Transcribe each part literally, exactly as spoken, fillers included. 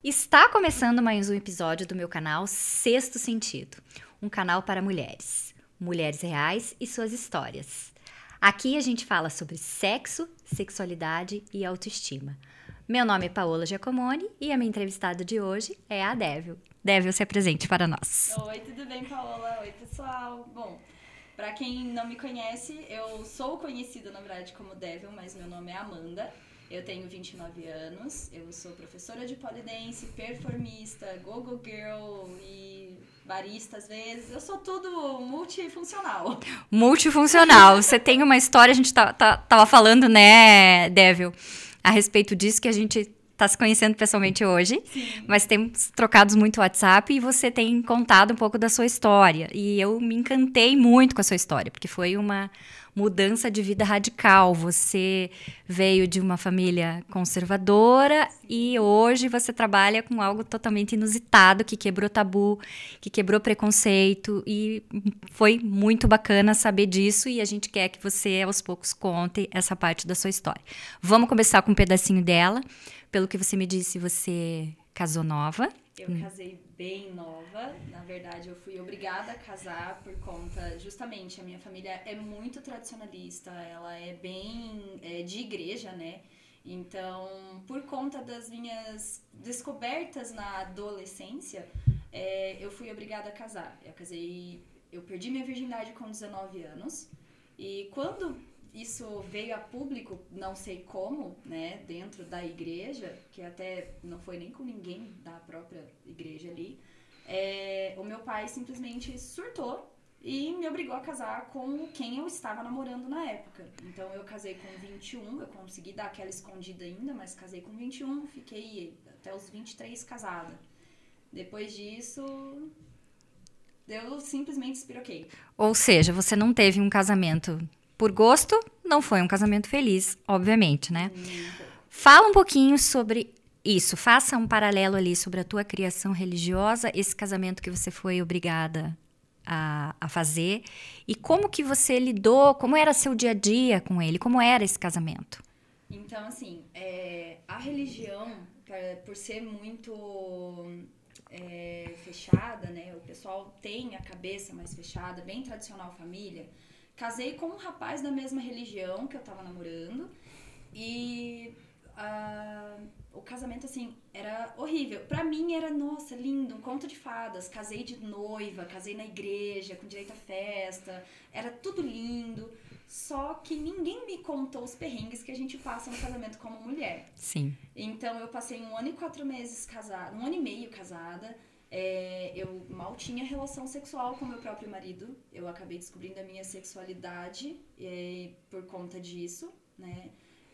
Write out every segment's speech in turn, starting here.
Está começando mais um episódio do meu canal Sexto Sentido, um canal para mulheres, mulheres reais e suas histórias. Aqui a gente fala sobre sexo, sexualidade e autoestima. Meu nome é Paola Giacomoni e a minha entrevistada de hoje é a Devil. Devil, se apresente para nós. Oi, tudo bem, Paola? Oi, pessoal. Bom, pra quem não me conhece, eu sou conhecida, na verdade, como Devil, mas meu nome é Amanda. Eu tenho vinte e nove anos, eu sou professora de pole dance, performista, go-go girl e barista às vezes. Eu sou tudo multifuncional. Multifuncional. Você tem uma história, a gente tá, tá, tava falando, né, Devil, a respeito disso que a gente tá se conhecendo pessoalmente hoje, Sim. mas temos trocado muito WhatsApp e você tem contado um pouco da sua história. E eu me encantei muito com a sua história, porque foi uma mudança de vida radical. Você veio de uma família conservadora e hoje você trabalha com algo totalmente inusitado, que quebrou tabu, que quebrou preconceito, e foi muito bacana saber disso e a gente quer que você, aos poucos, conte essa parte da sua história. Vamos começar com um pedacinho dela. Pelo que você me disse, você casou nova. Eu casei bem nova, na verdade eu fui obrigada a casar por conta, justamente, a minha família é muito tradicionalista, ela é bem é, de igreja, né? Então, por conta das minhas descobertas na adolescência, é, eu fui obrigada a casar. Eu casei, eu perdi minha virgindade com dezenove anos e quando isso veio a público, não sei como, né, dentro da igreja, que até não foi nem com ninguém da própria igreja ali, é, o meu pai simplesmente surtou e me obrigou a casar com quem eu estava namorando na época. Então eu casei com vinte e um, eu consegui dar aquela escondida ainda, mas casei com vinte e um, fiquei até os vinte e três casada. Depois disso, eu simplesmente espiroquei. Ou seja, você não teve um casamento por gosto, não foi um casamento feliz, obviamente, né? Hum, Fala um pouquinho sobre isso, faça um paralelo ali sobre a tua criação religiosa, esse casamento que você foi obrigada a, a fazer, e como que você lidou, como era seu dia a dia com ele, como era esse casamento? Então, assim, é, a religião, pra- por ser muito é, fechada, né? O pessoal tem a cabeça mais fechada, bem tradicional família. Casei com um rapaz da mesma religião que eu tava namorando e ah, o casamento, assim, era horrível. Pra mim era, nossa, lindo, um conto de fadas. Casei de noiva, casei na igreja, com direito à festa, era tudo lindo. Só que ninguém me contou os perrengues que a gente passa no casamento como mulher. Sim. Então eu passei um ano e quatro meses casada, um ano e meio casada. É, eu mal tinha relação sexual com meu próprio marido. Eu acabei descobrindo a minha sexualidade é, por conta disso, né?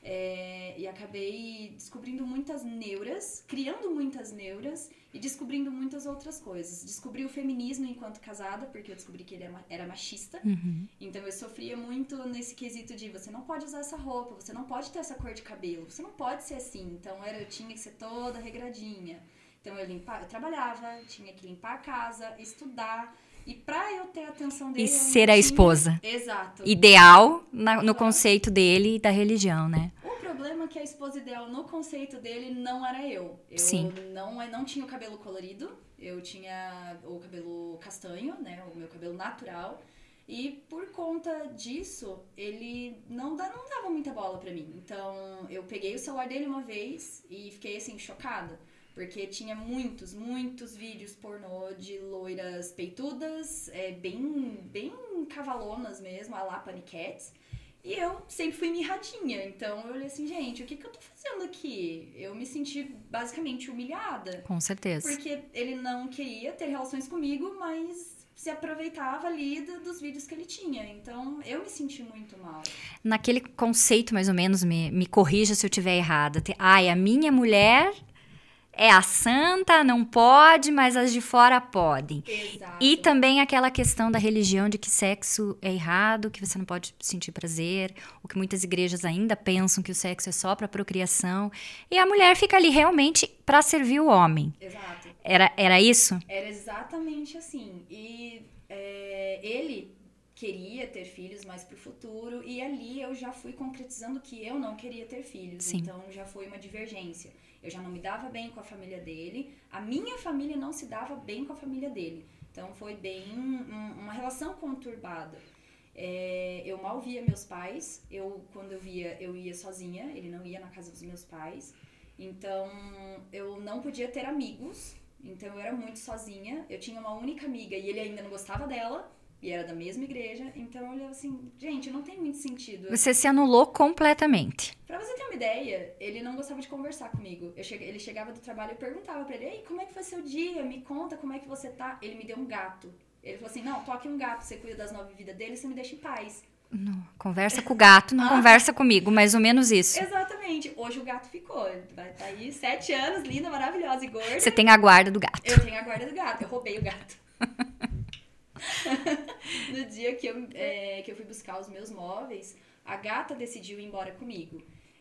É, e acabei descobrindo muitas neuras, criando muitas neuras e descobrindo muitas outras coisas. Descobri o feminismo enquanto casada, porque eu descobri que ele era machista. Uhum. Então eu sofria muito nesse quesito de você não pode usar essa roupa, você não pode ter essa cor de cabelo, você não pode ser assim. Então era, eu tinha que ser toda regradinha. Então eu, limpa, eu trabalhava, tinha que limpar a casa, estudar. E pra eu ter a atenção dele, E eu ser ainda a tinha... esposa. Exato. Ideal na- no Uhum. conceito dele e da religião, né? O problema é que a esposa ideal no conceito dele não era eu. Eu Sim. não, não tinha o cabelo colorido, eu tinha o cabelo castanho, né? O meu cabelo natural. E por conta disso, ele não, dá, não dava muita bola pra mim. Então eu peguei o celular dele uma vez e fiquei assim, chocada. Porque tinha muitos, muitos vídeos pornô de loiras peitudas, é, bem, bem cavalonas mesmo, a lá paniquetes. E eu sempre fui mirradinha, então eu olhei assim, gente, o que, que eu tô fazendo aqui? Eu me senti basicamente humilhada. Com certeza. Porque ele não queria ter relações comigo, mas se aproveitava ali do, dos vídeos que ele tinha. Então eu me senti muito mal. Naquele conceito, mais ou menos, me, me corrija se eu estiver errada. Te- Ai, a minha mulher é a santa, não pode, mas as de fora podem. Exato. E também aquela questão da religião de que sexo é errado, que você não pode sentir prazer, o que muitas igrejas ainda pensam que o sexo é só para procriação. E a mulher fica ali realmente para servir o homem. Exato. Era, era isso? Era exatamente assim. E é, ele queria ter filhos mais pro futuro, e ali eu já fui concretizando que eu não queria ter filhos. Sim. Então já foi uma divergência. Eu já não me dava bem com a família dele, a minha família não se dava bem com a família dele. Então foi bem um, uma relação conturbada. É, eu mal via meus pais, eu quando eu via, eu ia sozinha, ele não ia na casa dos meus pais. Então eu não podia ter amigos, então eu era muito sozinha. Eu tinha uma única amiga e ele ainda não gostava dela. E era da mesma igreja, então eu olhava assim, gente, não tem muito sentido. Você se anulou completamente. Pra você ter uma ideia, ele não gostava de conversar comigo. Eu che... Ele chegava do trabalho e eu perguntava pra ele, ei, como é que foi seu dia? Me conta como é que você tá. Ele me deu um gato. Ele falou assim, não, toque um gato, você cuida das nove vidas dele, você me deixa em paz. Não, conversa com o gato, não ah. conversa comigo, mais ou menos isso. Exatamente. Hoje o gato ficou, ele vai estar aí sete anos, linda, maravilhosa e gorda. Você tem a guarda do gato. Eu tenho a guarda do gato, eu roubei o gato. No dia que eu, é, que eu fui buscar os meus móveis, a gata decidiu ir embora comigo.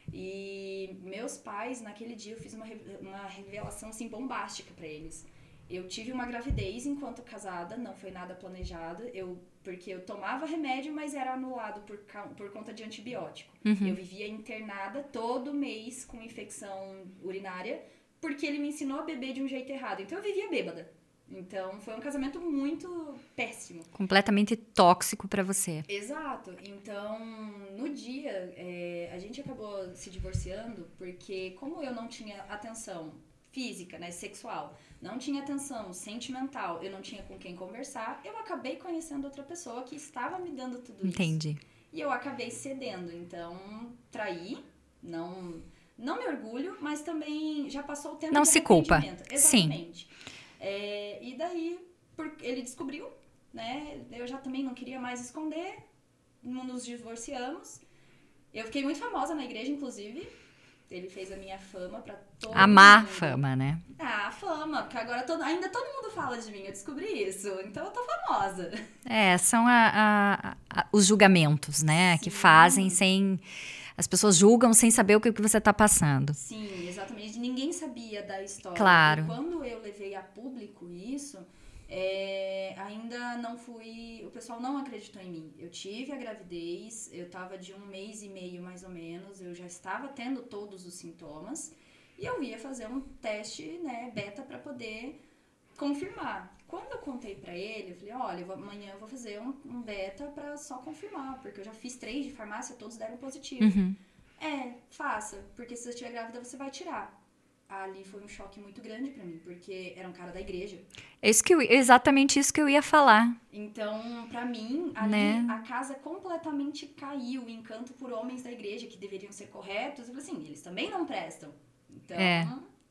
E meus pais, naquele dia, eu fiz uma, uma revelação assim, bombástica pra eles. Eu tive uma gravidez enquanto casada, não foi nada planejado, eu, porque eu tomava remédio, mas era anulado por, por conta de antibiótico. Uhum. Eu vivia internada todo mês com infecção urinária, porque ele me ensinou a beber de um jeito errado. Então eu vivia bêbada. Então, foi um casamento muito péssimo. Completamente tóxico pra você. Exato. Então, no dia, é, a gente acabou se divorciando porque, como eu não tinha atenção física, né, sexual, não tinha atenção sentimental, eu não tinha com quem conversar, eu acabei conhecendo outra pessoa que estava me dando tudo isso. Entendi. E eu acabei cedendo. Então, traí, não, não me orgulho, mas também já passou o tempo não de se culpa. Exatamente. Sim. É, e daí, por, ele descobriu, né? Eu já também não queria mais esconder, nos divorciamos. Eu fiquei muito famosa na igreja, inclusive. Ele fez a minha fama pra todo a má mundo. fama, né? Ah, a fama, porque agora todo, ainda todo mundo fala de mim, eu descobri isso, então eu tô famosa. É, são a, a, a, os julgamentos, né? Sim. Que fazem sem... As pessoas julgam sem saber o que, que você tá passando. Sim, exatamente. Ninguém sabia da história. Claro. E quando eu levei a público isso, é, ainda não fui... O pessoal não acreditou em mim. Eu tive a gravidez, eu tava de um mês e meio, mais ou menos. Eu já estava tendo todos os sintomas. E eu ia fazer um teste, né, beta, pra poder confirmar. Quando eu contei pra ele, eu falei, olha, eu vou, amanhã eu vou fazer um, um beta pra só confirmar, porque eu já fiz três de farmácia, todos deram positivo. Uhum. É, faça, porque se você estiver grávida, você vai tirar. Ali foi um choque muito grande pra mim, porque era um cara da igreja. É isso que eu, exatamente isso que eu ia falar. Então, pra mim, ali né? a casa completamente caiu, o encanto por homens da igreja, que deveriam ser corretos. Eu falei assim, eles também não prestam. Então... É.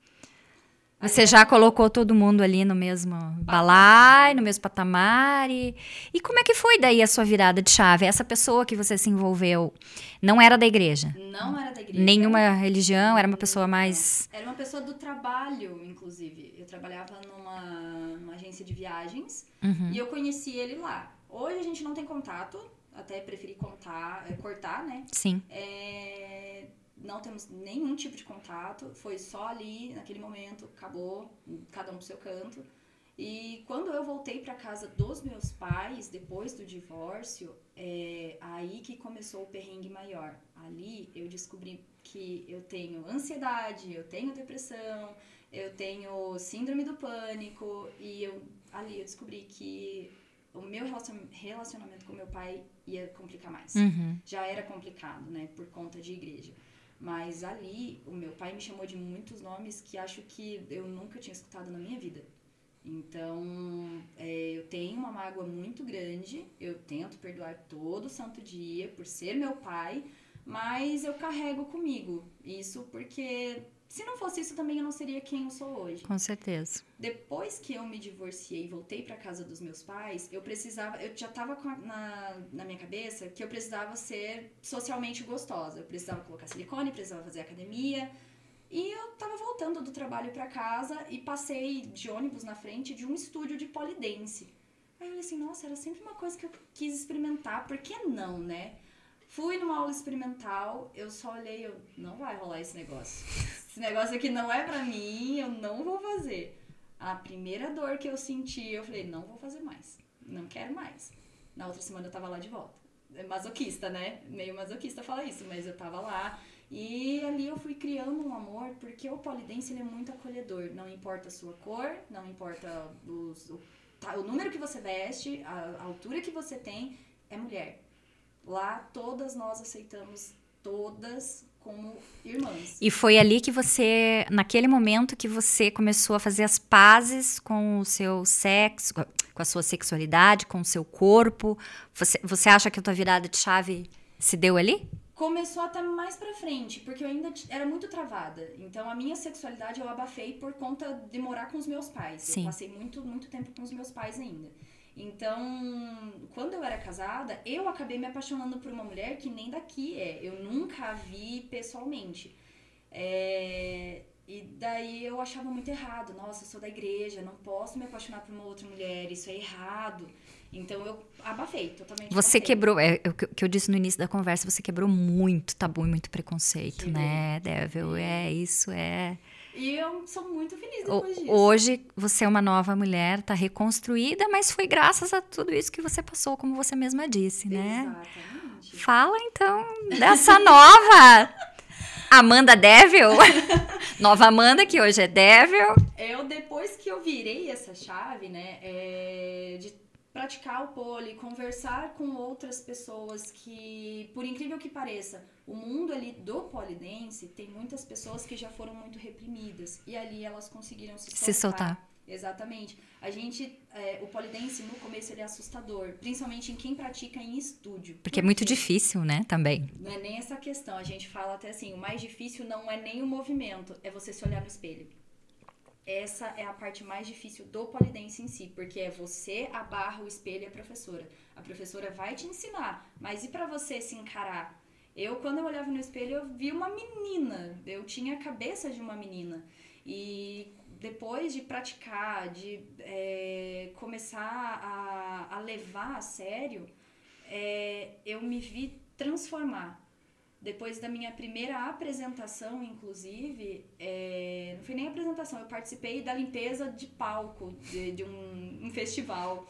Você já colocou todo mundo ali no mesmo balaio, no mesmo patamar. E, e como é que foi daí a sua virada de chave? Essa pessoa que você se envolveu não era da igreja? Não era da igreja. Nenhuma religião? Era uma pessoa mais... Era uma pessoa do trabalho, inclusive. Eu trabalhava numa, numa agência de viagens uhum. e eu conheci ele lá. Hoje a gente não tem contato, até preferi contar, cortar, né? Sim. É... Não temos nenhum tipo de contato, foi só ali, naquele momento, acabou, cada um pro seu canto. E quando eu voltei para casa dos meus pais, depois do divórcio, é aí que começou o perrengue maior. Ali eu descobri que eu tenho ansiedade, eu tenho depressão, eu tenho síndrome do pânico, e eu, ali eu descobri que o meu relacionamento com meu pai ia complicar mais. Uhum. Já era complicado, né, por conta de igreja. Mas ali, o meu pai me chamou de muitos nomes que acho que eu nunca tinha escutado na minha vida. Então, é, eu tenho uma mágoa muito grande, eu tento perdoar todo santo dia por ser meu pai, mas eu carrego comigo isso porque... Se não fosse isso, também eu não seria quem eu sou hoje. Com certeza. Depois que eu me divorciei e voltei pra casa dos meus pais, eu precisava... Eu já tava com a, na, na minha cabeça que eu precisava ser socialmente gostosa. Eu precisava colocar silicone, precisava fazer academia. E eu tava voltando do trabalho pra casa e passei de ônibus na frente de um estúdio de pole dance. Aí eu falei assim, nossa, era sempre uma coisa que eu quis experimentar. Por que não, né? Fui numa aula experimental, eu só olhei, eu, não vai rolar esse negócio. Esse negócio aqui não é pra mim, eu não vou fazer. A primeira dor que eu senti, eu falei, não vou fazer mais. Não quero mais. Na outra semana eu tava lá de volta. É masoquista, né? Meio masoquista falar isso, mas eu tava lá. E ali eu fui criando um amor, porque o polidense ele é muito acolhedor. Não importa a sua cor, não importa os, o, tá, o número que você veste, a, a altura que você tem, é mulher. Lá todas nós aceitamos todas como irmãs. E foi ali que você, naquele momento que você começou a fazer as pazes com o seu sexo, com a sua sexualidade, com o seu corpo. Você, você acha que a tua virada de chave se deu ali? Começou até mais pra frente, porque eu ainda era muito travada. Então, a minha sexualidade eu abafei por conta de morar com os meus pais. Sim. Eu passei muito, muito tempo com os meus pais ainda. Então, quando eu era casada, eu acabei me apaixonando por uma mulher que nem daqui é. Eu nunca a vi pessoalmente. É... E daí eu achava muito errado. Nossa, eu sou da igreja, não posso me apaixonar por uma outra mulher, isso é errado. Então eu abafei, totalmente Você abafei. quebrou, é o que que eu disse no início da conversa, você quebrou muito tabu e muito preconceito, Quebrei. né, Devil? É, isso é... E eu sou muito feliz depois O- disso. Hoje você é uma nova mulher, tá reconstruída, mas foi graças a tudo isso que você passou, como você mesma disse, né? Exatamente. Fala então dessa nova Amanda Devil, nova Amanda que hoje é Devil. Eu, depois que eu virei essa chave, né, é, de praticar o pole, conversar com outras pessoas que, por incrível que pareça, o mundo ali do polidense tem muitas pessoas que já foram muito reprimidas e ali elas conseguiram se soltar. Se soltar. Exatamente. A gente, é, o polidense no começo ele é assustador, principalmente em quem pratica em estúdio. Porque é muito difícil, né, também. Não é nem essa questão, a gente fala até assim, o mais difícil não é nem o movimento, é você se olhar no espelho. Essa é a parte mais difícil do polidense em si, porque é você, a barra, o espelho e a professora. A professora vai te ensinar, mas e pra você se encarar? Eu, quando eu olhava no espelho, eu vi uma menina, eu tinha a cabeça de uma menina. E depois de praticar, de é, começar a, a levar a sério, é, eu me vi transformar. Depois da minha primeira apresentação, inclusive, é, não foi nem apresentação, eu participei da limpeza de palco de, de um, um festival.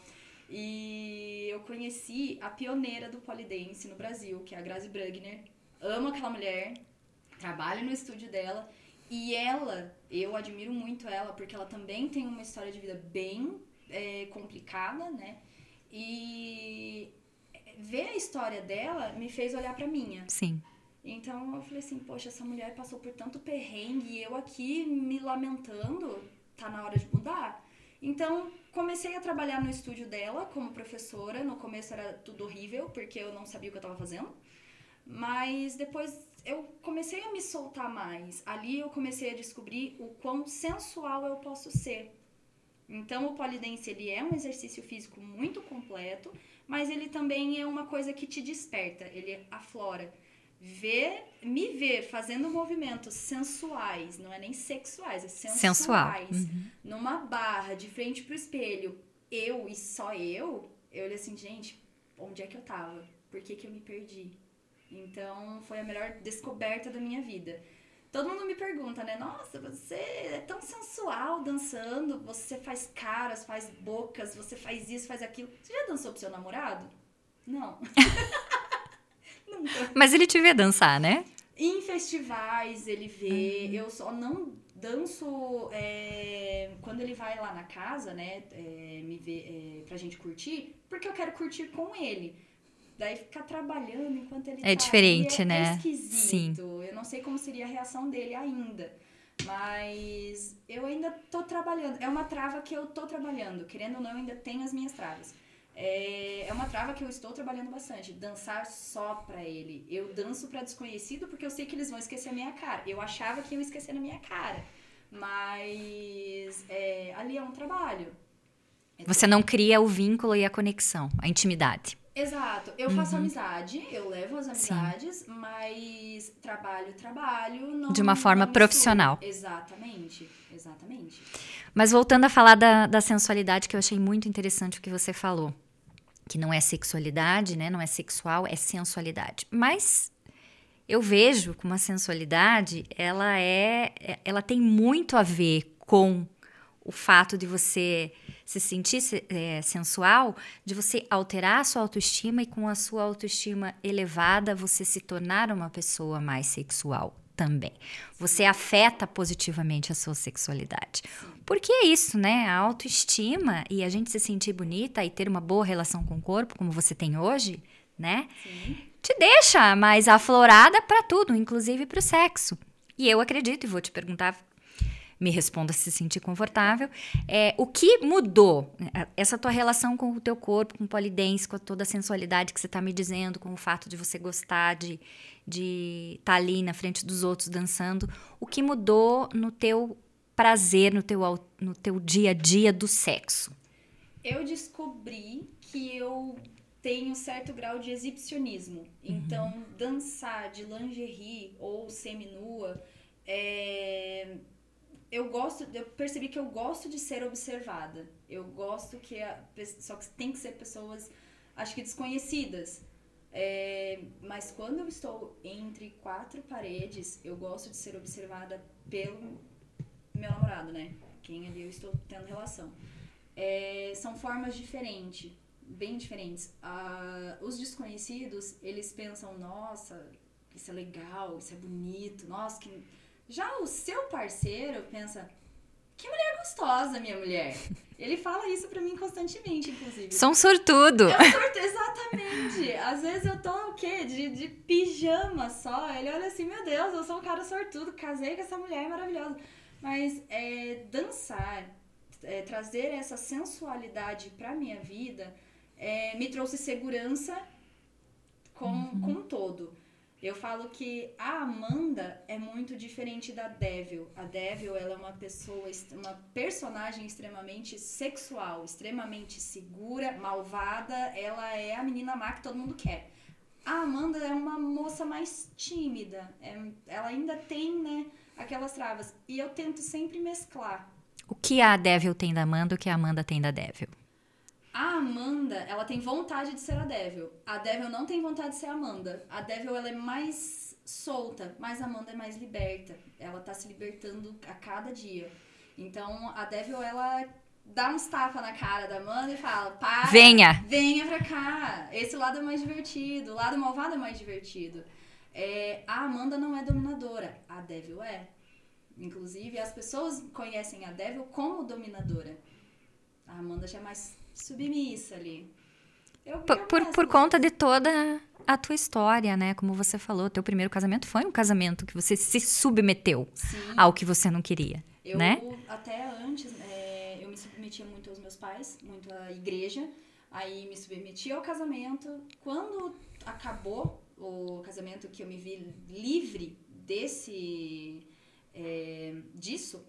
E eu conheci a pioneira do polidense no Brasil, que é a Grazi Brugner. Amo aquela mulher, trabalho no estúdio dela. E ela, eu admiro muito ela, porque ela também tem uma história de vida bem é, complicada, né? E ver a história dela me fez olhar pra minha. Sim. Então eu falei assim, poxa, essa mulher passou por tanto perrengue e eu aqui me lamentando, tá na hora de mudar. Então comecei a trabalhar no estúdio dela como professora. No começo era tudo horrível, porque eu não sabia o que eu tava fazendo. Mas depois eu comecei a me soltar mais. Ali eu comecei a descobrir o quão sensual eu posso ser. Então o polidense ele é um exercício físico muito completo, mas ele também é uma coisa que te desperta, ele aflora. Ver, me ver fazendo movimentos sensuais, não é nem sexuais, é sensuais, Sensual. Uhum. Numa barra, de frente pro espelho, eu e só eu, eu olhei assim, gente, onde é que eu tava? Por que que eu me perdi? Então, foi a melhor descoberta da minha vida. Todo mundo me pergunta, né? Nossa, você é tão sensual dançando, você faz caras, faz bocas, você faz isso, faz aquilo. Você já dançou pro seu namorado? Não. Nunca. Mas ele te vê dançar, né? Em festivais ele vê, uhum. Eu só não danço é, quando ele vai lá na casa, né, é, me vê, é, pra gente curtir, porque eu quero curtir com ele. Daí ficar trabalhando enquanto ele é tá diferente, ali, é, né? É esquisito. Sim. Eu não sei como seria a reação dele ainda. Mas eu ainda tô trabalhando. É uma trava que eu tô trabalhando. Querendo ou não, eu ainda tenho as minhas travas. É, é uma trava que eu estou trabalhando bastante. Dançar só pra ele. Eu danço pra desconhecido porque eu sei que eles vão esquecer a minha cara. Eu achava que iam esquecer a minha cara. Mas é, ali é um trabalho. É Você não cria o vínculo e a conexão, a intimidade. Exato. Eu uhum. faço amizade, eu levo as amizades, Sim. mas trabalho, trabalho... Não, de uma forma não profissional. Mistura. Exatamente, exatamente. Mas voltando a falar da, da sensualidade, que eu achei muito interessante o que você falou. Que não é sexualidade, né? Não é sexual, é sensualidade. Mas eu vejo como a sensualidade, ela, é, ela tem muito a ver com o fato de você se sentir é, sensual, de você alterar a sua autoestima e com a sua autoestima elevada, você se tornar uma pessoa mais sexual também. Você afeta positivamente a sua sexualidade. Porque é isso, né? A autoestima e a gente se sentir bonita e ter uma boa relação com o corpo, como você tem hoje, né? Sim. Te deixa mais aflorada para tudo, inclusive para o sexo. E eu acredito, e vou te perguntar, me responda se se sentir confortável, é, o que mudou? Essa tua relação com o teu corpo, com o polidense, com toda a sensualidade que você está me dizendo, com o fato de você gostar de de estar ali na frente dos outros dançando, o que mudou no teu prazer, no teu, no teu dia a dia do sexo? Eu descobri que eu tenho certo grau de exibicionismo. Então, uhum. dançar de lingerie ou seminua, é... eu gosto, eu percebi que eu gosto de ser observada. Eu gosto que a... só que tem que ser pessoas, acho que desconhecidas. É, mas quando eu estou entre quatro paredes, eu gosto de ser observada pelo meu namorado, né? Quem ali eu estou tendo relação. É, são formas diferentes, bem diferentes. Ah, os desconhecidos, eles pensam, nossa, isso é legal, isso é bonito, nossa, que... Já o seu parceiro pensa, que mulher gostosa, minha mulher. Ele fala isso pra mim constantemente, inclusive. São sortudo. É um sortudo, exatamente. Às vezes eu tô, o quê? De, de pijama só. Ele olha assim, meu Deus, eu sou um cara sortudo, casei com essa mulher maravilhosa. Mas é, dançar, é, trazer essa sensualidade pra minha vida, é, me trouxe segurança com, uhum. com um todo. Eu falo que a Amanda é muito diferente da Devil. A Devil, ela é uma pessoa, uma personagem extremamente sexual, extremamente segura, malvada. Ela é a menina má que todo mundo quer. A Amanda é uma moça mais tímida. É, ela ainda tem, né, aquelas travas. E eu tento sempre mesclar. O que a Devil tem da Amanda, o que a Amanda tem da Devil? A Amanda, ela tem vontade de ser a Devil. A Devil não tem vontade de ser a Amanda. A Devil, ela é mais solta, mas a Amanda é mais liberta. Ela tá se libertando a cada dia. Então, a Devil, ela dá uns tapas na cara da Amanda e fala, para, venha, venha pra cá. Esse lado é mais divertido, o lado malvado é mais divertido. É, a Amanda não é dominadora, a Devil é. Inclusive, as pessoas conhecem a Devil como dominadora. A Amanda já é mais submissa ali. Eu, por eu por, por conta de toda a tua história, né? Como você falou, teu primeiro casamento foi um casamento que você se submeteu Sim. ao que você não queria, eu, né? Até antes, é, eu me submetia muito aos meus pais, muito à igreja. Aí me submetia ao casamento. Quando acabou o casamento, que eu me vi livre desse, é, disso,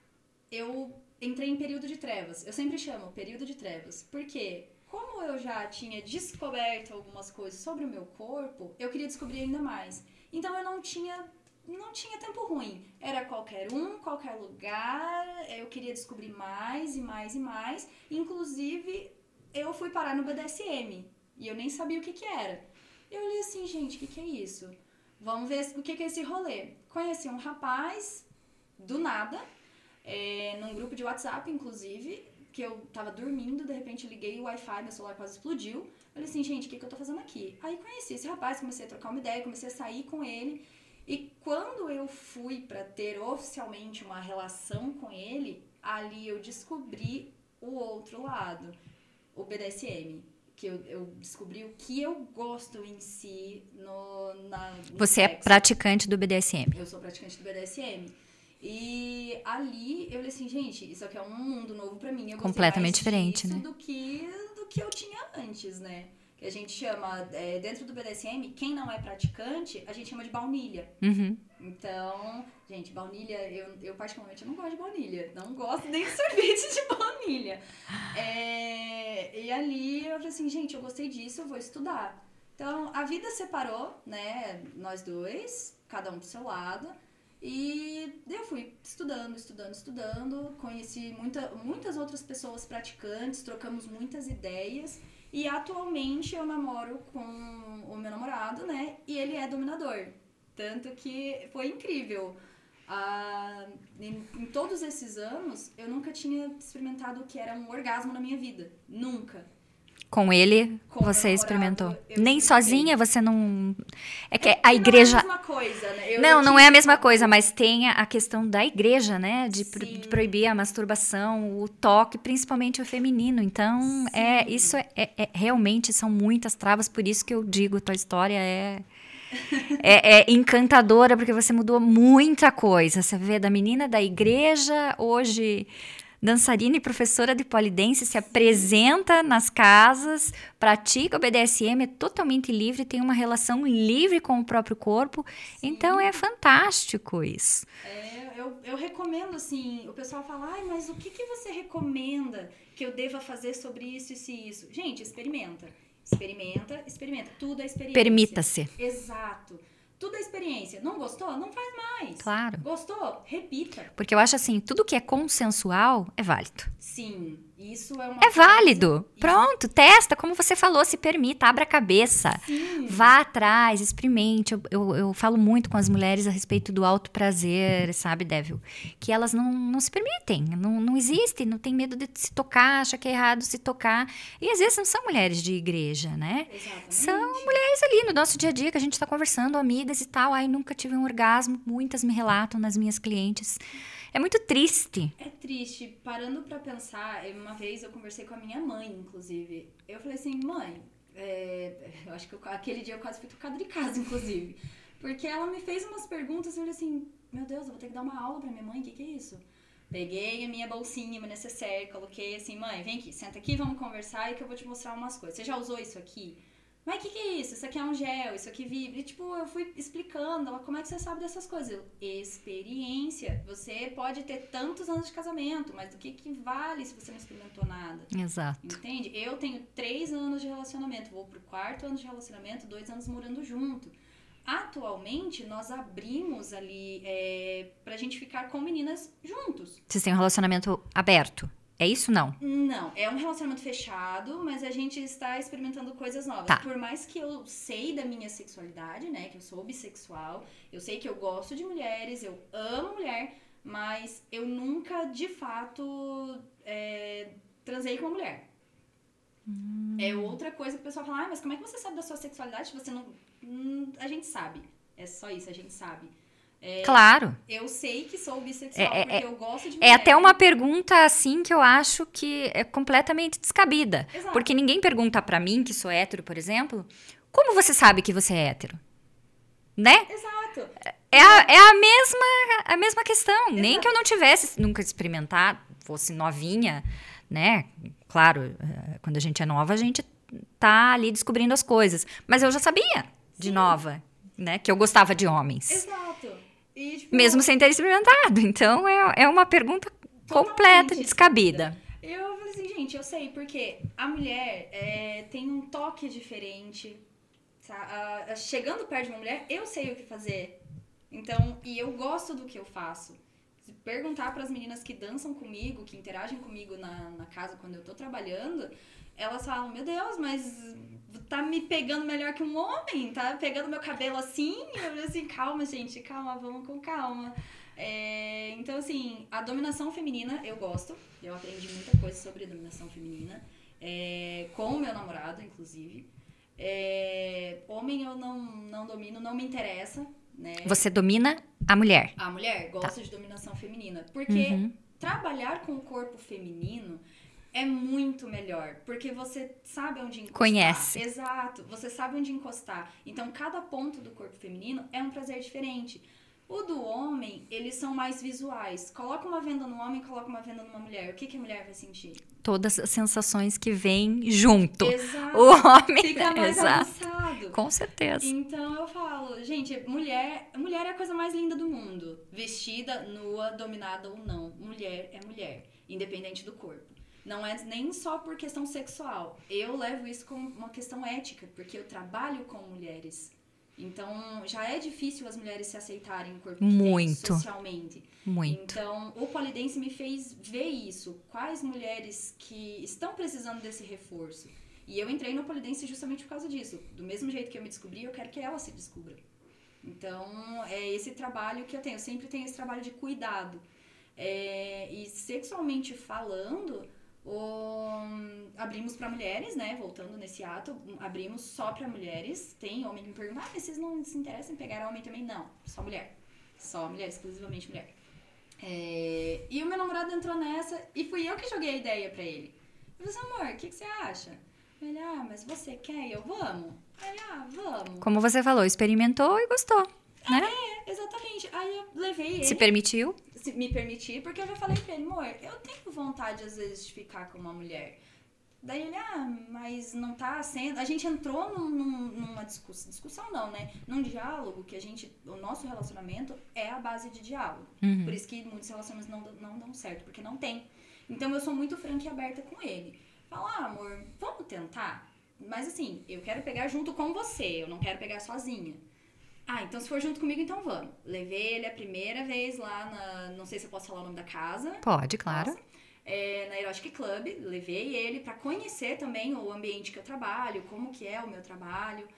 eu entrei em período de trevas. Eu sempre chamo período de trevas. Porque, como eu já tinha descoberto algumas coisas sobre o meu corpo, eu queria descobrir ainda mais. Então, eu não tinha, não tinha tempo ruim. Era qualquer um, qualquer lugar. Eu queria descobrir mais e mais e mais. Inclusive, eu fui parar no B D S M. E eu nem sabia o que que era. Eu olhei assim, gente, o que que é isso? Vamos ver o que que é esse rolê. Conheci um rapaz, do nada, É, num grupo de WhatsApp, inclusive, que eu tava dormindo, de repente liguei o Wi-Fi, meu celular quase explodiu. Falei assim, gente, o que, que eu tô fazendo aqui? Aí conheci esse rapaz, comecei a trocar uma ideia, comecei a sair com ele. E quando eu fui pra ter oficialmente uma relação com ele, ali eu descobri o outro lado, o B D S M. Que eu, eu descobri o que eu gosto em si no, na, no Você sexo. É praticante do B D S M. Eu sou praticante do B D S M. E ali eu falei assim, gente, isso aqui é um mundo novo pra mim. Eu completamente gostei mais diferente, disso né? do que, do que eu tinha antes, né? Que a gente chama, é, dentro do B D S M, quem não é praticante, a gente chama de baunilha. Uhum. Então, gente, baunilha, eu, eu particularmente não gosto de baunilha. Não gosto nem de sorvete de baunilha. É, e ali eu falei assim, gente, eu gostei disso, eu vou estudar. Então, a vida separou, né, nós dois, cada um pro seu lado. E eu fui estudando, estudando, estudando, conheci muita, muitas outras pessoas praticantes, trocamos muitas ideias e atualmente eu namoro com o meu namorado, né, e ele é dominador, tanto que foi incrível. Ah, em, em todos esses anos, eu nunca tinha experimentado o que era um orgasmo na minha vida. Nunca. Com ele, Com meu você namorado, experimentou? eu Nem experimentei. sozinha você não... É que É a porque igreja... não é a mesma coisa, né? Eu- Não, eu não tinha é a esse mesma tabu. coisa, mas tem a a questão da igreja, né? De, pro- Sim. de proibir a masturbação, o toque, principalmente o feminino. Então, é, Sim. isso é, é- é- realmente são muitas travas, por isso que eu digo, tua história é, é, é encantadora, porque você mudou muita coisa. Você vê da menina da igreja, hoje dançarina e professora de pole dance, se apresenta nas casas, pratica o B D S M, é totalmente livre, tem uma relação livre com o próprio corpo. Então é fantástico isso. É, eu, eu recomendo, assim, o pessoal fala, ai, mas o que, que você recomenda que eu deva fazer sobre isso, isso e isso? Gente, experimenta. Experimenta, experimenta. Tudo é experiência. Permita-se. Exato. Tudo é experiência. Não gostou? Não faz mais. Claro. Gostou? Repita. Porque eu acho assim, tudo que é consensual é válido. Sim, isso é uma É coisa- válido. Isso- Pronto, testa, como você falou, se permita, abra a cabeça. Sim. Vá atrás, experimente. Eu, eu, eu falo muito com as mulheres a respeito do alto prazer, sabe, Devil? Que elas não, não se permitem, não, não existe, não tem medo de se tocar, acha que é errado se tocar. E às vezes não são mulheres de igreja, né? Exatamente. São mulheres ali no nosso dia a dia que a gente está conversando, amigas e tal. Ai, nunca tive um orgasmo. Muitas me relatam nas minhas clientes. É muito triste. É triste. Parando pra pensar, uma vez eu conversei com a minha mãe, inclusive. Eu falei assim, mãe, é, eu acho que eu- aquele dia eu quase fui tocada de casa, inclusive. Porque ela me fez umas perguntas e eu falei assim, meu Deus, eu vou ter que dar uma aula pra minha mãe, o que, que é isso? Peguei a minha bolsinha, meu necessaire, coloquei assim, mãe, vem aqui, senta aqui, vamos conversar e que eu vou te mostrar umas coisas. Você já usou isso aqui? Mas o que, que é isso? Isso aqui é um gel, isso aqui vibra. E, tipo, eu fui explicando, ela, como é que você sabe dessas coisas? Eu, experiência. Você pode ter tantos anos de casamento, mas do que, que vale se você não experimentou nada? Exato. Entende? Eu tenho três anos de relacionamento, vou pro quarto ano de relacionamento, dois anos morando junto. Atualmente, nós abrimos ali é, pra gente ficar com meninas juntos. Vocês têm um relacionamento aberto. É isso, não? Não, é um relacionamento fechado, mas a gente está experimentando coisas novas. Tá. Por mais que eu sei da minha sexualidade, né, que eu sou bissexual, eu sei que eu gosto de mulheres, eu amo mulher, mas eu nunca, de fato, é, transei com uma mulher. Hum. É outra coisa que o pessoal fala, ah, mas como é que você sabe da sua sexualidade se você não... Hum, a gente sabe, é só isso, a gente sabe. É, Claro. Eu sei que sou bissexual É, é, porque é, eu gosto de mulher. É até uma pergunta, assim, que eu acho que é completamente descabida. Exato. Porque ninguém pergunta pra mim, que sou hétero, por exemplo, como você sabe que você é hétero? Né? Exato. É a, é a, mesma, a mesma questão. Nem Exato. que eu não tivesse nunca experimentado, fosse novinha, né? Claro, eh, quando a gente é nova, a gente tá ali descobrindo as coisas. Mas eu já sabia, de Sim. nova, né? Que eu gostava de homens. Exato. E, tipo, Mesmo sem ter experimentado. Então, é, é uma pergunta Totalmente completa, descabida. Eu falei assim, gente, eu sei, porque a mulher é, tem um toque diferente. Tá? A- a- chegando perto de uma mulher, eu sei o que fazer. Então, e eu gosto do que eu faço. Se perguntar para as meninas que dançam comigo, que interagem comigo na, na casa quando eu tô trabalhando, elas falam, meu Deus, mas tá me pegando melhor que um homem, tá pegando meu cabelo assim. Eu falei assim, calma, gente, calma, vamos com calma. É, então, assim, a dominação feminina eu gosto. Eu aprendi muita coisa sobre dominação feminina. É, com o meu namorado, inclusive. É, homem eu não, não domino, não me interessa, né? Você domina a mulher. A mulher gosta de dominação feminina. Porque Uhum. trabalhar com o corpo feminino é muito melhor. Porque você sabe onde encostar. Conhece. Exato. Você sabe onde encostar. Então, cada ponto do corpo feminino é um prazer diferente. O do homem, eles são mais visuais. Coloca uma venda no homem, coloca uma venda numa mulher. O que, que a mulher vai sentir? Todas as sensações que vêm junto. Exato. O homem... Fica mais Exato. avançado. Com certeza. Então eu falo, gente, mulher, mulher é a coisa mais linda do mundo. Vestida, nua, dominada ou não. Mulher é mulher, independente do corpo. Não é nem só por questão sexual. Eu levo isso como uma questão ética, porque eu trabalho com mulheres. Então, já é difícil as mulheres se aceitarem no corpo que Muito. tem socialmente. Muito. Então, o polidense me fez ver isso. Quais mulheres que estão precisando desse reforço. E eu entrei no polidense justamente por causa disso. Do mesmo jeito que eu me descobri, eu quero que ela se descubra. Então, é esse trabalho que eu tenho. Eu sempre tenho esse trabalho de cuidado. É, e sexualmente falando, o, abrimos para mulheres, né? Voltando nesse ato, abrimos só para mulheres. Tem homem que me pergunta, ah, mas vocês não se interessam em pegar homem também? Não, só mulher. Só mulher, exclusivamente mulher. É, e o meu namorado entrou nessa e fui eu que joguei a ideia pra ele. Eu falei assim, amor, o que, que você acha? Ele, ah, mas você quer? E eu, vamos. Ele, ah, vamos. Como você falou, experimentou e gostou, né? É, exatamente. Aí eu levei ele. Se permitiu? Se me permitir, porque eu já falei pra ele, amor, eu tenho vontade às vezes de ficar com uma mulher. Daí ele, ah, mas não tá sendo... A gente entrou num, num, numa discussão, discussão não, né? Num diálogo que a gente... O nosso relacionamento é a base de diálogo. Uhum. Por isso que muitos relacionamentos não, não dão certo, porque não tem. Então eu sou muito franca e aberta com ele. Falo, ah, amor, vamos tentar? Mas assim, eu quero pegar junto com você, eu não quero pegar sozinha. Ah, então se for junto comigo, então vamos. Levei ele a primeira vez lá na... Não sei se eu posso falar o nome da casa. Pode, claro. Posso. É, na Erotic Club, levei ele para conhecer também o ambiente que eu trabalho, como que é o meu trabalho.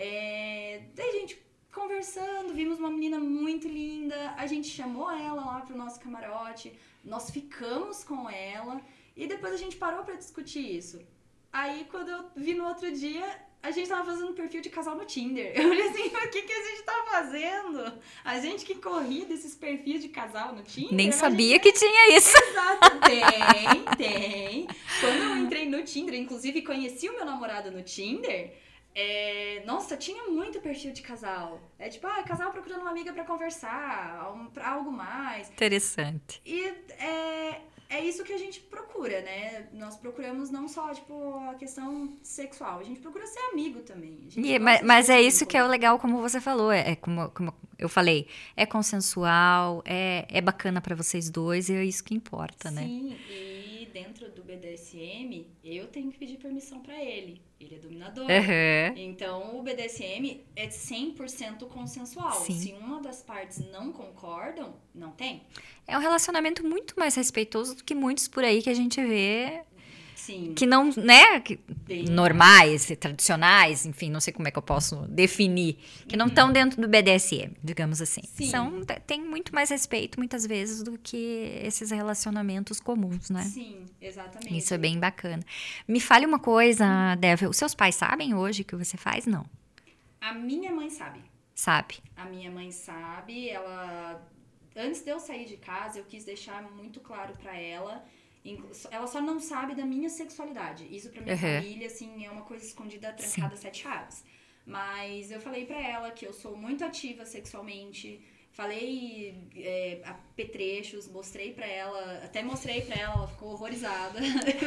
É, daí a gente conversando, vimos uma menina muito linda, a gente chamou ela lá pro nosso camarote, nós ficamos com ela e depois a gente parou para discutir isso. Aí quando eu vi no outro dia, a gente tava fazendo um perfil de casal no Tinder. Eu olhei assim, o que, que a gente tá fazendo? A gente que corria desses perfis de casal no Tinder. Nem sabia gente... que tinha isso. Exato, tem, tem. Quando eu entrei no Tinder, inclusive conheci o meu namorado no Tinder, é... nossa, tinha muito perfil de casal. É tipo, ah, casal procurando uma amiga pra conversar, pra algo mais. Interessante. E é... É isso que a gente procura, né? Nós procuramos não só, tipo, a questão sexual. A gente procura ser amigo também. E, mas mas é isso que é o legal, como você falou. É, é como, como eu falei, é consensual, é, é bacana pra vocês dois e é isso que importa, Sim, né? Sim, e dentro do B D S M, eu tenho que pedir permissão pra ele. Ele é dominador. Uhum. Então, o B D S M é cem por cento consensual. Sim. Se uma das partes não concordam, não tem. É um relacionamento muito mais respeitoso do que muitos por aí que a gente vê. Sim. Que não, né? Que, Bem normais, mais. Tradicionais, enfim, não sei como é que eu posso definir. Que não estão uhum. dentro do B D S M, digamos assim. Sim. São, tem muito mais respeito, muitas vezes, do que esses relacionamentos comuns, né? Sim, exatamente. Isso é bem bacana. Me fale uma coisa, Devil. Os seus pais sabem hoje o que você faz? Não. A minha mãe sabe. Sabe? A minha mãe sabe. Ela... Antes de eu sair de casa, eu quis deixar muito claro pra ela. Ela só não sabe da minha sexualidade. Isso pra minha uhum. família, assim, é uma coisa escondida, trancada, Sim. sete chaves. Mas eu falei pra ela que eu sou muito ativa sexualmente. Falei é, apetrechos, mostrei pra ela, até mostrei pra ela, ela ficou horrorizada.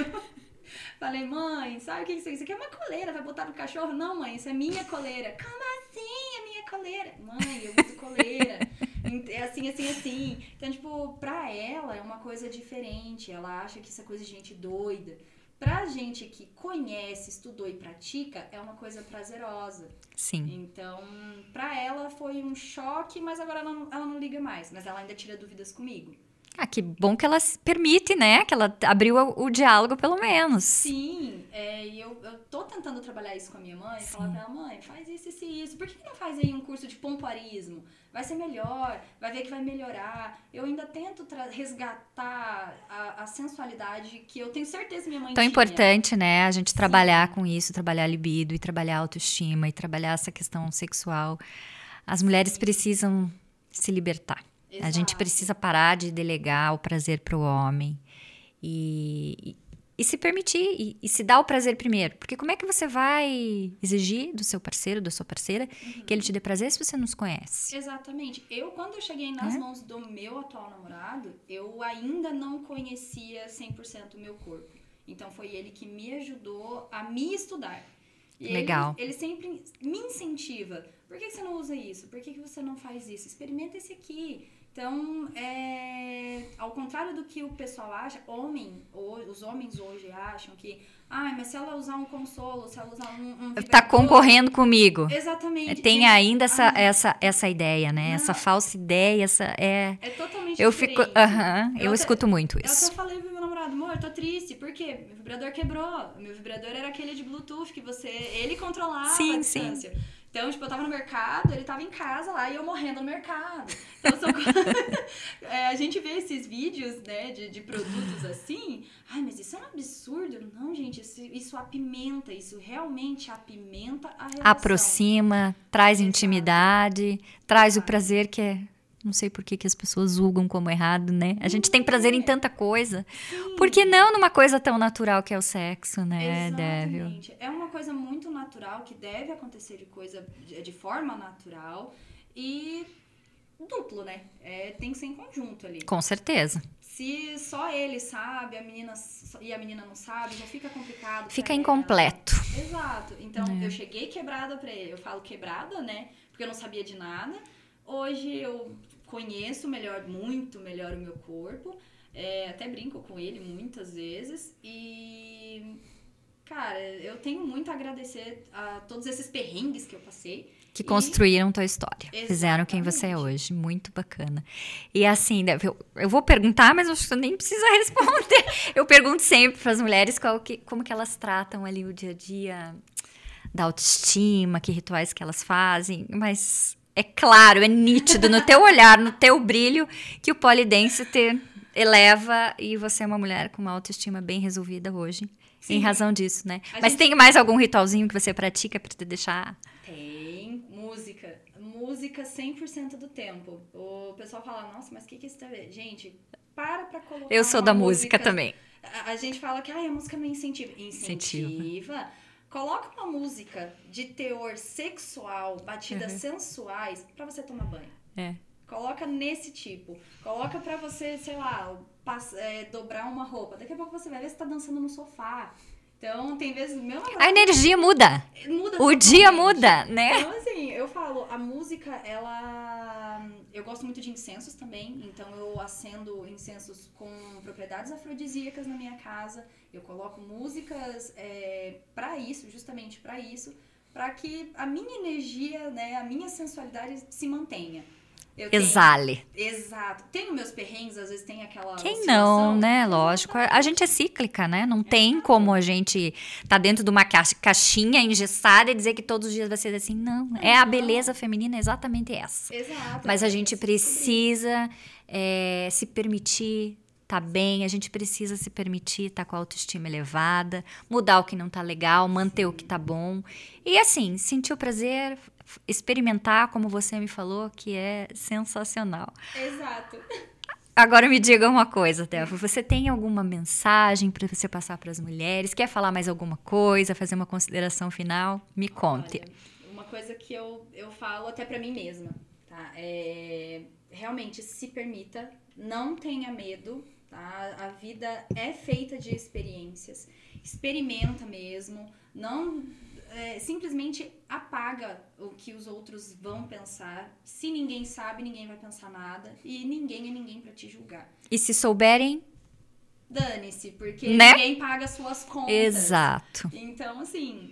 Falei, mãe, sabe o que isso aqui? Isso aqui é uma coleira, vai botar no cachorro? Não, mãe, isso é minha coleira. Como assim é minha coleira? Mãe, eu uso coleira. É assim, assim, assim. Então, tipo, pra ela é uma coisa diferente. Ela acha que isso é coisa de gente doida. Pra gente que conhece, estudou e pratica, é uma coisa prazerosa. Sim. Então, pra ela foi um choque, mas agora ela não, ela não liga mais. Mas ela ainda tira dúvidas comigo. Ah, que bom que ela se permite, né? Que ela abriu o, o diálogo, pelo menos. Sim, é, e eu, eu tô tentando trabalhar isso com a minha mãe. Sim. Falar pra ela, mãe, faz isso, isso e isso. Por que não faz aí um curso de pompoarismo? Vai ser melhor, vai ver que vai melhorar. Eu ainda tento tra- resgatar a, a sensualidade que eu tenho certeza que minha mãe Tão tinha. importante, né? A gente trabalhar Sim. com isso, trabalhar a libido e trabalhar a autoestima e trabalhar essa questão sexual. As mulheres Sim. precisam se libertar. Exato. A gente precisa parar de delegar o prazer para o homem e, e, e se permitir, e, e se dar o prazer primeiro. Porque como é que você vai exigir do seu parceiro, da sua parceira, uhum. que ele te dê prazer se você não se conhece? Exatamente. Eu, quando eu cheguei nas é? mãos do meu atual namorado, eu ainda não conhecia cem por cento o meu corpo. Então, foi ele que me ajudou a me estudar. E Legal. Ele, ele sempre me incentiva. Por que você não usa isso? Por que você não faz isso? Experimenta esse aqui. Então, é, ao contrário do que o pessoal acha, homem, ou, os homens hoje acham que, ah, mas se ela usar um consolo, se ela usar um, um vibrador... Tá concorrendo comigo. Exatamente. Tem gente, ainda essa, ah, essa, essa ideia, né? Não, essa falsa ideia, essa... É, é totalmente eu diferente. Fico, uh-huh, eu, eu até, escuto muito isso. Eu até falei pro meu namorado, amor, eu tô triste, por quê? Meu vibrador quebrou. Meu vibrador era aquele de Bluetooth que você... Ele controlava sim, a distância. Sim. Então, tipo, eu tava no mercado, ele tava em casa lá e eu morrendo no mercado. Então, são... é, a gente vê esses vídeos, né, de, de produtos assim. Ai, mas isso é um absurdo. Não, gente, isso, isso apimenta, isso realmente apimenta a relação. Aproxima, traz Exato. intimidade, traz Exato. o prazer que é... Não sei por que, que as pessoas julgam como errado, né? A gente tem prazer em tanta coisa. Sim. Por que não numa coisa tão natural que é o sexo, né, Dévio? Exatamente. É uma coisa muito natural, que deve acontecer de coisa de, de forma natural e duplo, né? É, tem que ser em conjunto ali. Com certeza. Se só ele sabe, a menina e a menina não sabe, já fica complicado. Fica ela. incompleto. Exato. Então, É. eu cheguei quebrada pra ele. Eu falo quebrada, né? Porque eu não sabia de nada. Hoje eu conheço melhor, muito melhor o meu corpo. É, até brinco com ele muitas vezes. E, cara, eu tenho muito a agradecer a todos esses perrengues que eu passei. Que e... construíram tua história. Exatamente. Fizeram quem você é hoje. Muito bacana. E assim, eu, eu vou perguntar, mas eu acho que você nem precisa responder. Eu pergunto sempre para as mulheres qual que, como que elas tratam ali o dia a dia da autoestima, que rituais que elas fazem, mas... É claro, é nítido no teu olhar, no teu brilho, que o polidense te eleva e você é uma mulher com uma autoestima bem resolvida hoje. Sim. Em razão disso, né? A Mas gente... tem mais algum ritualzinho que você pratica para te deixar... Tem. Música. Música cem por cento do tempo. O pessoal fala, nossa, mas o que que isso tem a ver? Gente, para pra colocar Eu sou da música, música também. A, a gente fala que ah, a música me incentiva. Incentiva. Incentiva. Coloca uma música de teor sexual, batidas uhum. sensuais, pra você tomar banho. É. Coloca nesse tipo. Coloca pra você, sei lá, passa, é, dobrar uma roupa. Daqui a pouco você vai ver se tá dançando no sofá. Então, tem vezes... Meu namorado, a energia muda. Muda o dia muda, né? Então, assim, eu falo, a música, ela... Eu gosto muito de incensos também. Então, eu acendo incensos com propriedades afrodisíacas na minha casa. Eu coloco músicas é, pra isso, justamente pra isso. Pra que a minha energia, né, a minha sensualidade se mantenha. Eu Exale. Tenho, exato. Tenho meus perrengues, às vezes tem aquela Quem não, né? Exatamente. Lógico. A gente é cíclica, né? Não tem exato. Como a gente tá dentro de uma caixinha engessada e dizer que todos os dias vai ser assim. Não. não. É a beleza feminina exatamente essa. Exato. Mas a gente precisa é, se permitir tá bem, a gente precisa se permitir tá com a autoestima elevada, mudar o que não tá legal, manter Sim. o que tá bom. E assim, sentir o prazer, experimentar, como você me falou, que é sensacional. Exato. Agora me diga uma coisa, Débora, você tem alguma mensagem para você passar para as mulheres? Quer falar mais alguma coisa, fazer uma consideração final? Me conte. Olha, uma coisa que eu, eu falo até para mim mesma, tá? É, realmente se permita, não tenha medo. Tá? A vida é feita de experiências. Experimenta mesmo. Não é, simplesmente apaga o que os outros vão pensar. Se ninguém sabe, ninguém vai pensar nada. E ninguém é ninguém pra te julgar. E se souberem? Dane-se, porque né? ninguém paga suas contas. Exato. Então, assim,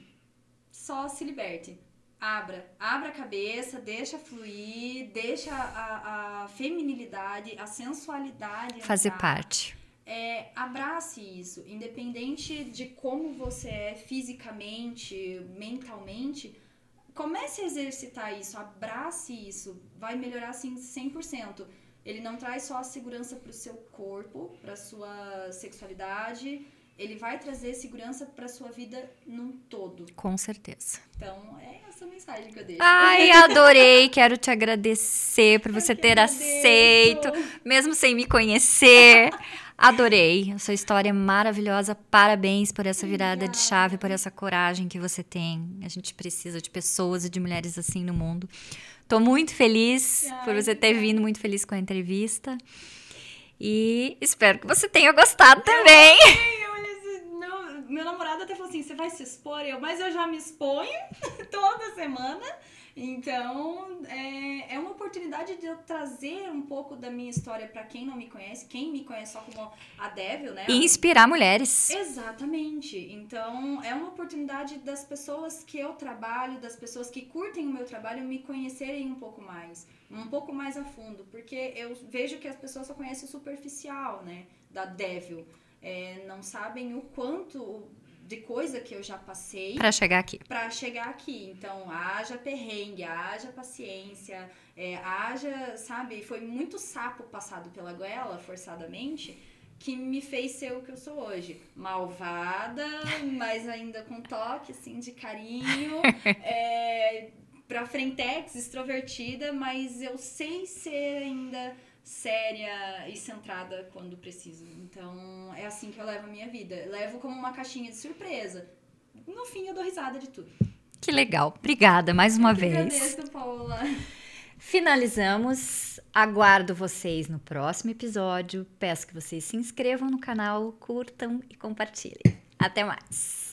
só se liberte. Abra, abra a cabeça, deixa fluir, deixa a, a feminilidade, a sensualidade fazer entrar. parte. É, abrace isso, independente de como você é fisicamente, mentalmente, comece a exercitar isso, abrace isso, vai melhorar assim cem por cento. Ele não traz só a segurança para o seu corpo, para sua sexualidade, ele vai trazer segurança para sua vida num todo. Com certeza. Então, é essa mensagem que eu deixo. Ai, adorei. Quero te agradecer por você ter agradeço. aceito, mesmo sem me conhecer. Adorei. A sua história é maravilhosa. Parabéns por essa virada Obrigada. de chave, por essa coragem que você tem. A gente precisa de pessoas e de mulheres assim no mundo. Tô muito feliz Ai, por você ter obrigada. vindo, muito feliz com a entrevista. E espero que você tenha gostado também. Meu namorado até falou assim, você vai se expor? Eu, mas eu já me exponho toda semana. Então, é, é uma oportunidade de eu trazer um pouco da minha história para quem não me conhece. Quem me conhece só como a Devil, né? E inspirar mulheres. Exatamente. Então, é uma oportunidade das pessoas que eu trabalho, das pessoas que curtem o meu trabalho, me conhecerem um pouco mais. Um pouco mais a fundo. Porque eu vejo que as pessoas só conhecem o superficial, né? Da Devil. É, não sabem o quanto de coisa que eu já passei Pra chegar aqui. para chegar aqui. Então, haja perrengue, haja paciência, é, haja, sabe, foi muito sapo passado pela goela, forçadamente, que me fez ser o que eu sou hoje. Malvada, mas ainda com toque, assim, de carinho, é, pra frentex, extrovertida, mas eu sei ser ainda séria e centrada quando preciso. Então, é assim que eu levo a minha vida. Eu levo como uma caixinha de surpresa. No fim, eu dou risada de tudo. Que legal. Obrigada mais uma eu que vez. Agradeço, Paula. Finalizamos. Aguardo vocês no próximo episódio. Peço que vocês se inscrevam no canal, curtam e compartilhem. Até mais.